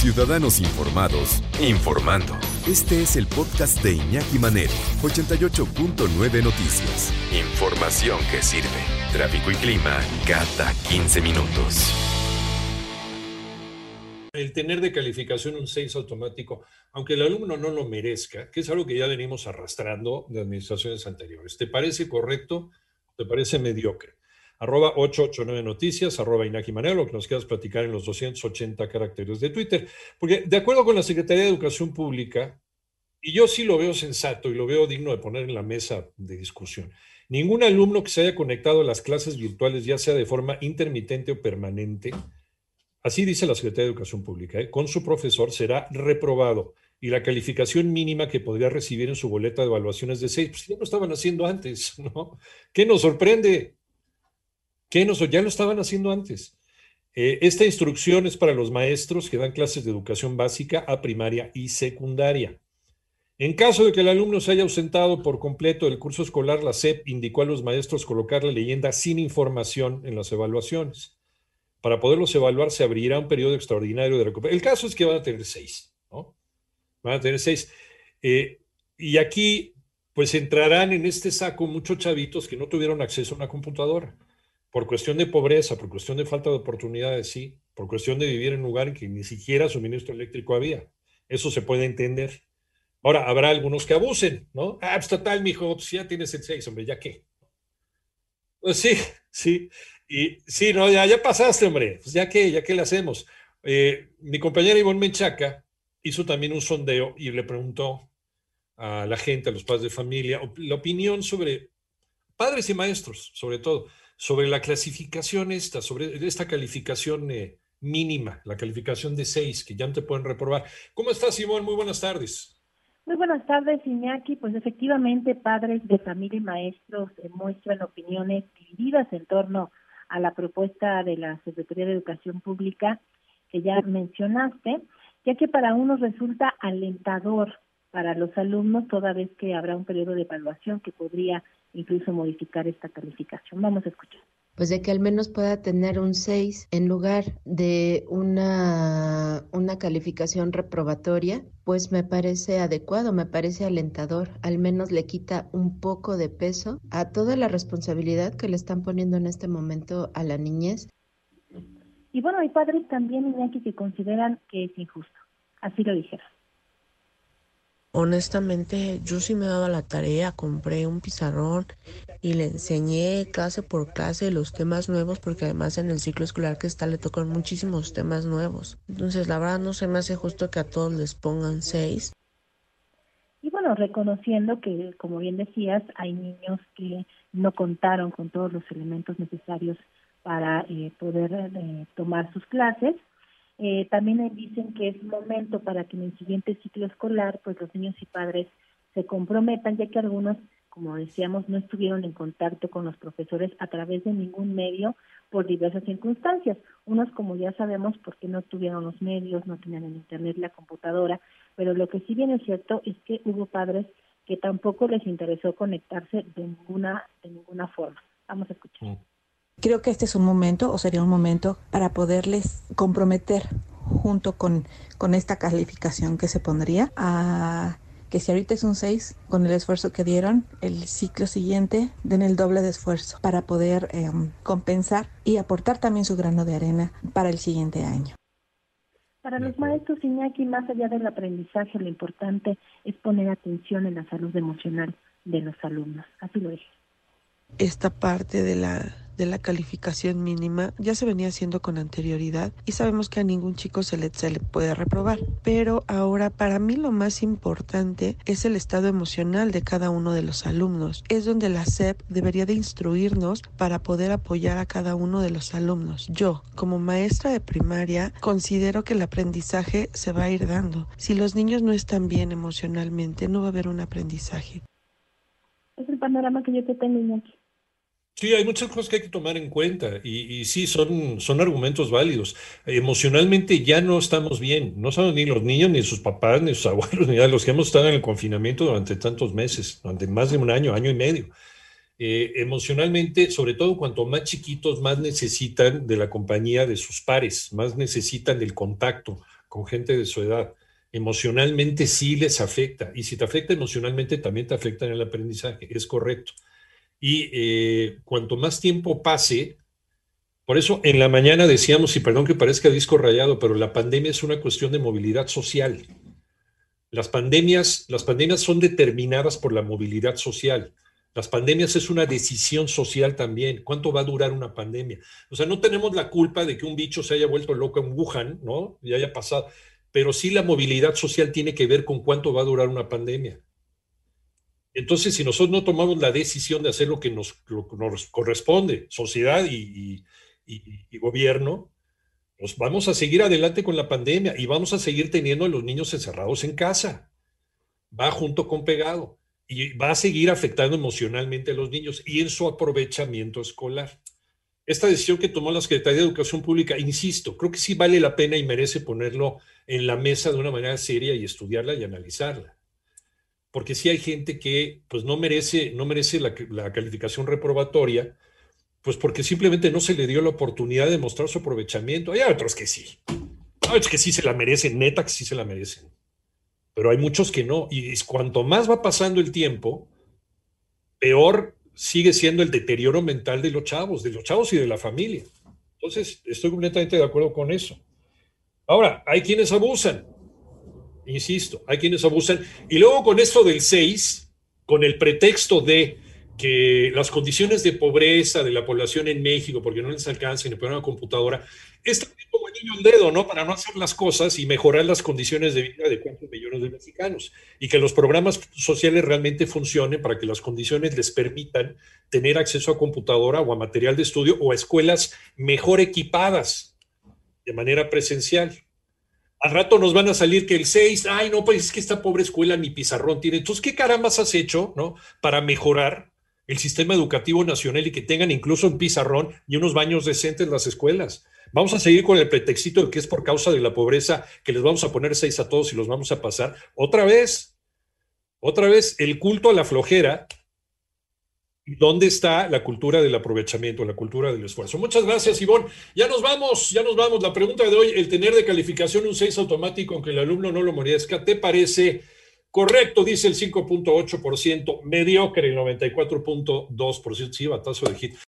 Ciudadanos informados, informando. Este es el podcast de Iñaki Manero, 88.9 Noticias. Información que sirve. Tráfico y clima cada 15 minutos. El tener de calificación un 6 automático, aunque el alumno no lo merezca, que es algo que ya venimos arrastrando de administraciones anteriores. ¿Te parece correcto o te parece mediocre? @889 Noticias, @Iñaki Manero, lo que nos quieras platicar en los 280 caracteres de Twitter. Porque de acuerdo con la Secretaría de Educación Pública, y yo sí lo veo sensato y lo veo digno de poner en la mesa de discusión, ningún alumno que se haya conectado a las clases virtuales, ya sea de forma intermitente o permanente, así dice la Secretaría de Educación Pública, con su profesor será reprobado y la calificación mínima que podría recibir en su boleta de evaluación es de 6. Pues ya lo estaban haciendo antes, ¿no? ¿Qué nos sorprende? Ya lo estaban haciendo antes. Esta instrucción es para los maestros que dan clases de educación básica a primaria y secundaria. En caso de que el alumno se haya ausentado por completo del curso escolar, la SEP indicó a los maestros colocar la leyenda sin información en las evaluaciones. Para poderlos evaluar se abrirá un periodo extraordinario de recuperación. El caso es que van a tener 6, ¿no? Van a tener 6. Y aquí, pues entrarán en este saco muchos chavitos que no tuvieron acceso a una computadora. Por cuestión de pobreza, por cuestión de falta de oportunidades, sí. Por cuestión de vivir en un lugar en que ni siquiera suministro eléctrico había. Eso se puede entender. Ahora, habrá algunos que abusen, ¿no? Pues total, mijo, pues ya tienes el 6, hombre, ¿ya qué? Pues sí, sí. Y sí, no, ya pasaste, hombre. Pues ya qué le hacemos. Mi compañera Ivonne Menchaca hizo también un sondeo y le preguntó a la gente, a los padres de familia, la opinión sobre padres y maestros, sobre todo, sobre la clasificación sobre esta calificación mínima, la calificación de 6, que ya no te pueden reprobar. ¿Cómo estás, Simón? Muy buenas tardes. Muy buenas tardes, Iñaki. Pues efectivamente, padres de familia y maestros muestran opiniones divididas en torno a la propuesta de la Secretaría de Educación Pública que ya mencionaste, ya que para unos resulta alentador para los alumnos, toda vez que habrá un periodo de evaluación que podría incluso modificar esta calificación. Vamos a escuchar. Pues de que al menos pueda tener un 6 en lugar de una calificación reprobatoria, pues me parece adecuado, me parece alentador. Al menos le quita un poco de peso a toda la responsabilidad que le están poniendo en este momento a la niñez. Y bueno, hay padres también, Iñaki, que consideran que es injusto. Así lo dijeron. Honestamente, yo sí me he dado la tarea, compré un pizarrón y le enseñé clase por clase los temas nuevos, porque además en el ciclo escolar que está le tocan muchísimos temas nuevos. Entonces, la verdad no se me hace justo que a todos les pongan 6. Y bueno, reconociendo que, como bien decías, hay niños que no contaron con todos los elementos necesarios para poder tomar sus clases. También dicen que es momento para que en el siguiente ciclo escolar pues los niños y padres se comprometan, ya que algunos, como decíamos, no estuvieron en contacto con los profesores a través de ningún medio por diversas circunstancias. Unos, como ya sabemos, porque no tuvieron los medios, no tenían el internet, la computadora, pero lo que sí bien es cierto es que hubo padres que tampoco les interesó conectarse de ninguna forma. Vamos a escuchar. Creo que este es un momento, o sería un momento, para poderles comprometer junto con esta calificación que se pondría, a que si ahorita es un 6, con el esfuerzo que dieron, el ciclo siguiente den el doble de esfuerzo para poder compensar y aportar también su grano de arena para el siguiente año. Para los maestros, Iñaki, más allá del aprendizaje, lo importante es poner atención en la salud emocional de los alumnos. Así lo dije. Esta parte de la calificación mínima ya se venía haciendo con anterioridad y sabemos que a ningún chico se le puede reprobar, pero ahora para mí lo más importante es el estado emocional de cada uno de los alumnos. Es donde la SEP debería de instruirnos para poder apoyar a cada uno de los alumnos. Yo, como maestra de primaria, considero que el aprendizaje se va a ir dando. Si los niños no están bien emocionalmente, no va a haber un aprendizaje. Es el panorama que yo te tengo, Iñaki. Sí, hay muchas cosas que hay que tomar en cuenta y sí, son argumentos válidos. Emocionalmente ya no estamos bien, no somos ni los niños, ni sus papás, ni sus abuelos, ni nada, los que hemos estado en el confinamiento durante tantos meses, durante más de un año, año y medio. Emocionalmente, sobre todo cuanto más chiquitos, más necesitan de la compañía de sus pares, más necesitan del contacto, con gente de su edad. Emocionalmente sí les afecta, y si te afecta emocionalmente también te afecta en el aprendizaje, es correcto. Y cuanto más tiempo pase, por eso en la mañana decíamos, y perdón que parezca disco rayado, pero la pandemia es una cuestión de movilidad social. Las pandemias son determinadas por la movilidad social. Las pandemias es una decisión social también. ¿Cuánto va a durar una pandemia? O sea, no tenemos la culpa de que un bicho se haya vuelto loco en Wuhan, ¿no? Y haya pasado. Pero sí la movilidad social tiene que ver con cuánto va a durar una pandemia. Entonces, si nosotros no tomamos la decisión de hacer lo que nos corresponde, sociedad y gobierno, pues vamos a seguir adelante con la pandemia y vamos a seguir teniendo a los niños encerrados en casa. Va junto con pegado y va a seguir afectando emocionalmente a los niños y en su aprovechamiento escolar. Esta decisión que tomó la Secretaría de Educación Pública, insisto, creo que sí vale la pena y merece ponerlo en la mesa de una manera seria y estudiarla y analizarla. Porque sí hay gente que pues no merece la calificación reprobatoria, pues porque simplemente no se le dio la oportunidad de mostrar su aprovechamiento. Hay otros que sí. Hay otros que sí se la merecen, neta que sí se la merecen. Pero hay muchos que no. Y cuanto más va pasando el tiempo, peor sigue siendo el deterioro mental de los chavos y de la familia. Entonces, estoy completamente de acuerdo con eso. Ahora, hay quienes abusan. Insisto, hay quienes abusan. Y luego con esto del 6, con el pretexto de que las condiciones de pobreza de la población en México, porque no les alcanza ni poner una computadora, es también como el niño al dedo, ¿no? Para no hacer las cosas y mejorar las condiciones de vida de cuántos millones de mexicanos. Y que los programas sociales realmente funcionen para que las condiciones les permitan tener acceso a computadora o a material de estudio o a escuelas mejor equipadas de manera presencial. Al rato nos van a salir que el 6, ay, no, pues es que esta pobre escuela ni pizarrón tiene. Entonces, ¿qué carambas has hecho, no? Para mejorar el sistema educativo nacional y que tengan incluso un pizarrón y unos baños decentes las escuelas. Vamos a seguir con el pretexto de que es por causa de la pobreza que les vamos a poner 6 a todos y los vamos a pasar. Otra vez, el culto a la flojera. ¿Dónde está la cultura del aprovechamiento, la cultura del esfuerzo? Muchas gracias, Ivonne. Ya nos vamos, ya nos vamos. La pregunta de hoy, el tener de calificación un 6 automático aunque el alumno no lo merezca, ¿te parece correcto? Dice el 5.8%, mediocre el 94.2%, sí, batazo de hit.